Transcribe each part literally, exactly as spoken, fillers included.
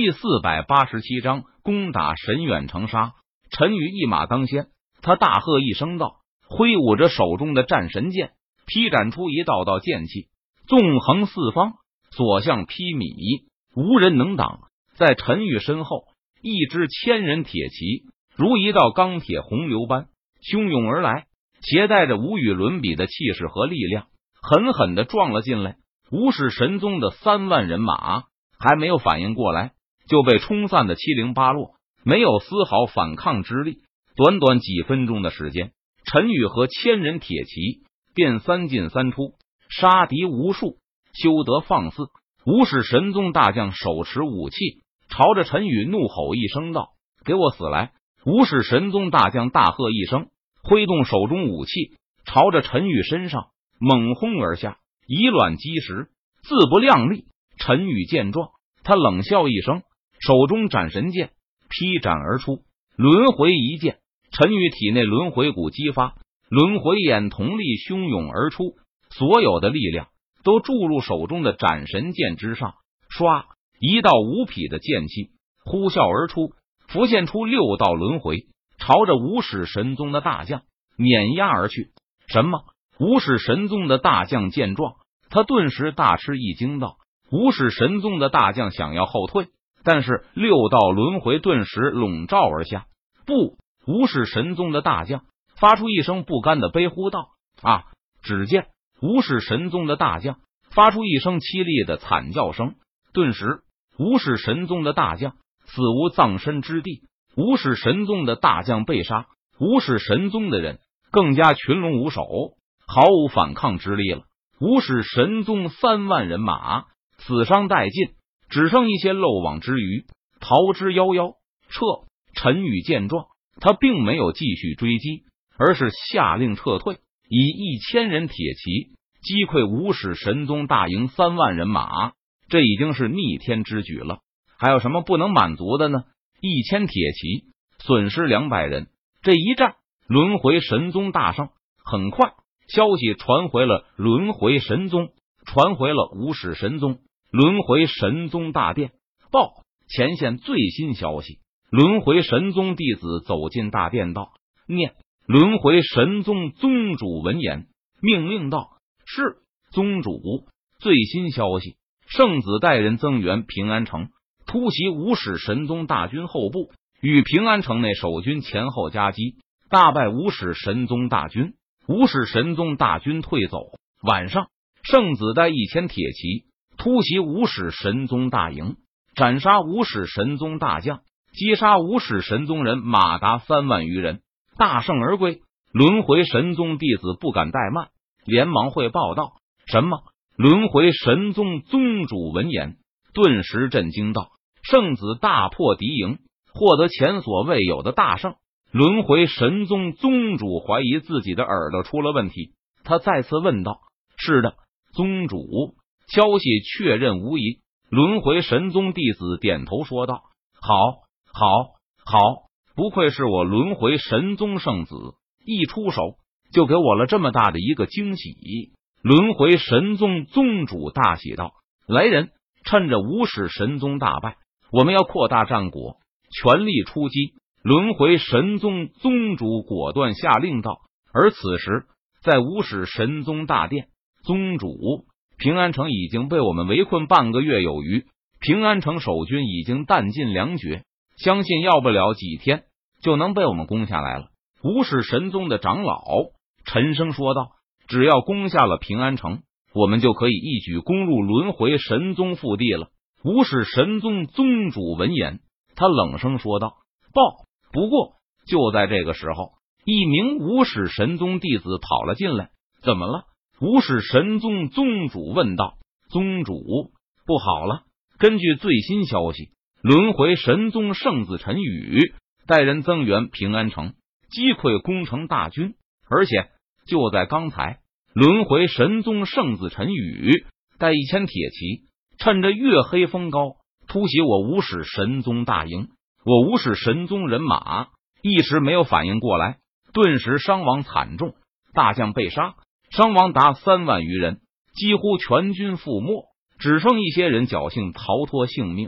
第四百八十七章攻打神远城杀。陈宇一马当先，他大喝一声道，挥舞着手中的战神剑，劈斩出一道道剑气，纵横四方，所向披靡，无人能挡。在陈宇身后，一支千人铁骑如一道钢铁洪流般汹涌而来，携带着无与伦比的气势和力量，狠狠地撞了进来。无始神宗的三万人马还没有反应过来，就被冲散的七零八落，没有丝毫反抗之力。短短几分钟的时间，陈宇和千人铁骑便三进三出，杀敌无数，休得放肆！无始神宗大将手持武器，朝着陈宇怒吼一声道：“给我死来！”无始神宗大将大喝一声，挥动手中武器，朝着陈宇身上猛轰而下，以卵击石，自不量力。陈宇见状，他冷笑一声，手中斩神剑劈斩而出，轮回一剑，陈宇体内轮回骨激发，轮回眼瞳力汹涌而出，所有的力量都注入手中的斩神剑之上。唰，一道无匹的剑气呼啸而出，浮现出六道轮回，朝着无始神宗的大将碾压而去。什么？无始神宗的大将见状，他顿时大吃一惊道：“无始神宗的大将想要后退，但是六道轮回顿时笼罩而下。”不！无始神宗的大将发出一声不甘的悲呼道：“啊！”只见无始神宗的大将发出一声凄厉的惨叫声，顿时无始神宗的大将死无葬身之地。无始神宗的大将被杀，无始神宗的人更加群龙无首，毫无反抗之力了。无始神宗三万人马死伤殆尽，只剩一些漏网之鱼，逃之夭夭。撤！陈宇见状，他并没有继续追击，而是下令撤退，以一千人铁骑击溃无始神宗大营三万人马，这已经是逆天之举了。还有什么不能满足的呢？一千铁骑损失两百人，这一战轮回神宗大胜。很快消息传回了轮回神宗，传回了无始神宗。轮回神宗大殿报前线最新消息，轮回神宗弟子走进大殿道：“念。”轮回神宗宗主闻言命令道：“是宗主。”最新消息，圣子带人增援平安城，突袭无始神宗大军后部，与平安城内守军前后夹击，大败无始神宗大军。无始神宗大军退走。晚上，圣子带一千铁骑突袭无始神宗大营，斩杀无始神宗大将，击杀无始神宗人马达三万余人，大胜而归。轮回神宗弟子不敢怠慢，连忙会报道：“什么？”轮回神宗宗主闻言顿时震惊道：“圣子大破敌营，获得前所未有的大胜。”轮回神宗宗主怀疑自己的耳朵出了问题，他再次问道：“是的，宗主，消息确认无疑。”轮回神宗弟子点头说道：“好，好，好，不愧是我轮回神宗圣子，一出手就给我了这么大的一个惊喜。”轮回神宗宗主大喜道：“来人，趁着无始神宗大败，我们要扩大战果，全力出击。”轮回神宗宗主果断下令道。而此时在无始神宗大殿，宗主，平安城已经被我们围困半个月有余，平安城守军已经弹尽粮绝，相信要不了几天就能被我们攻下来了。无始神宗的长老沉声说道：“只要攻下了平安城，我们就可以一举攻入轮回神宗腹地了。”无始神宗宗主闻言，他冷声说道：“报！”不过就在这个时候，一名无始神宗弟子跑了进来。“怎么了？”无始神宗宗主问道。“宗主，不好了！根据最新消息，轮回神宗圣子陈宇带人增援平安城，击溃攻城大军。而且就在刚才，轮回神宗圣子陈宇带一千铁骑，趁着月黑风高，突袭我无始神宗大营。我无始神宗人马一时没有反应过来，顿时伤亡惨重，大将被杀，伤亡达三万余人，几乎全军覆没，只剩一些人侥幸逃脱性命。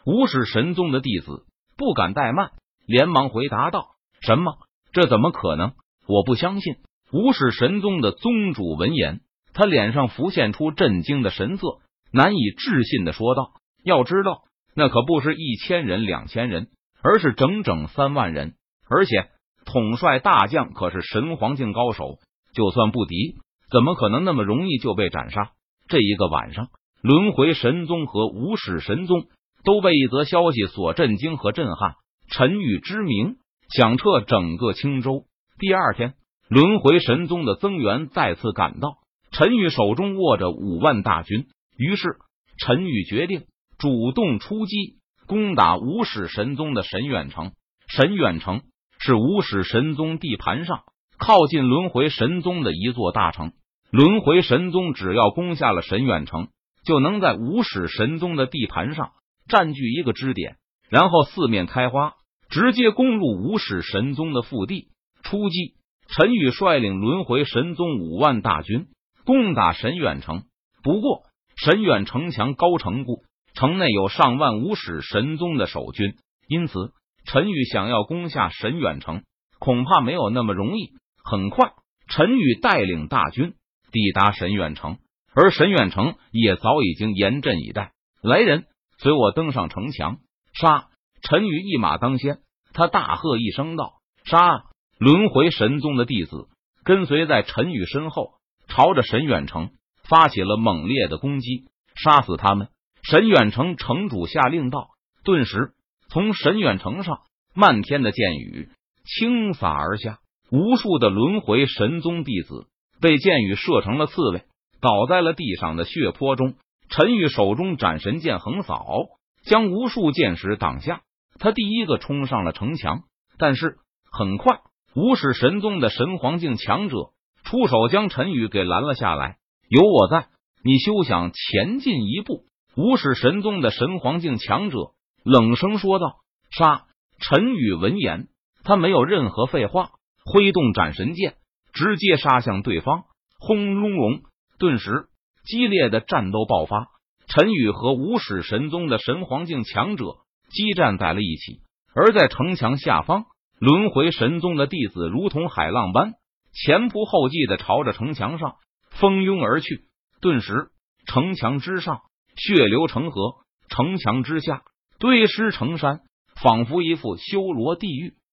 无始神宗的弟子不敢怠慢，连忙回答道：“什么？这怎么可能？我不相信！”无始神宗的宗主闻言，他脸上浮现出震惊的神色，难以置信的说道：“要知道，那可不是一千人、两千人，而是整整三万人，而且统帅大将可是神皇境高手，就算不敌，怎么可能那么容易就被斩杀？”这一个晚上，轮回神宗和无始神宗都被一则消息所震惊和震撼。陈宇之名响彻整个青州。第二天，轮回神宗的增援再次赶到，陈宇手中握着五万大军，于是陈宇决定主动出击，攻打无始神宗的神远城。神远城是无始神宗地盘上靠近轮回神宗的一座大城，轮回神宗只要攻下了神远城，就能在无始神宗的地盘上占据一个支点，然后四面开花，直接攻入无始神宗的腹地。出击，陈宇率领轮回神宗五万大军攻打神远城。不过神远城墙高城固，城内有上万无始神宗的守军，因此陈宇想要攻下神远城恐怕没有那么容易。很快，陈宇带领大军抵达神远城，而神远城也早已经严阵以待。来人，随我登上城墙！杀！陈宇一马当先，他大喝一声道：“杀！”轮回神宗的弟子跟随在陈宇身后，朝着神远城发起了猛烈的攻击，杀死他们！神远城城主下令道。顿时，从神远城上漫天的箭雨倾洒而下，无数的轮回神宗弟子被箭雨射成了刺猬，倒在了地上的血泊中。陈宇手中斩神剑横扫，将无数箭矢挡下。他第一个冲上了城墙，但是很快，无始神宗的神皇境强者出手将陈宇给拦了下来。有我在，你休想前进一步！无始神宗的神皇境强者冷声说道。杀！陈宇闻言，他没有任何废话，挥动斩神剑，直接杀向对方。轰隆隆，顿时激烈的战斗爆发。陈宇和无始神宗的神皇境强者激战在了一起，而在城墙下方，轮回神宗的弟子如同海浪般前仆后继的朝着城墙上蜂拥而去。顿时，城墙之上血流成河，城墙之下堆尸成山，仿佛一副修罗地狱。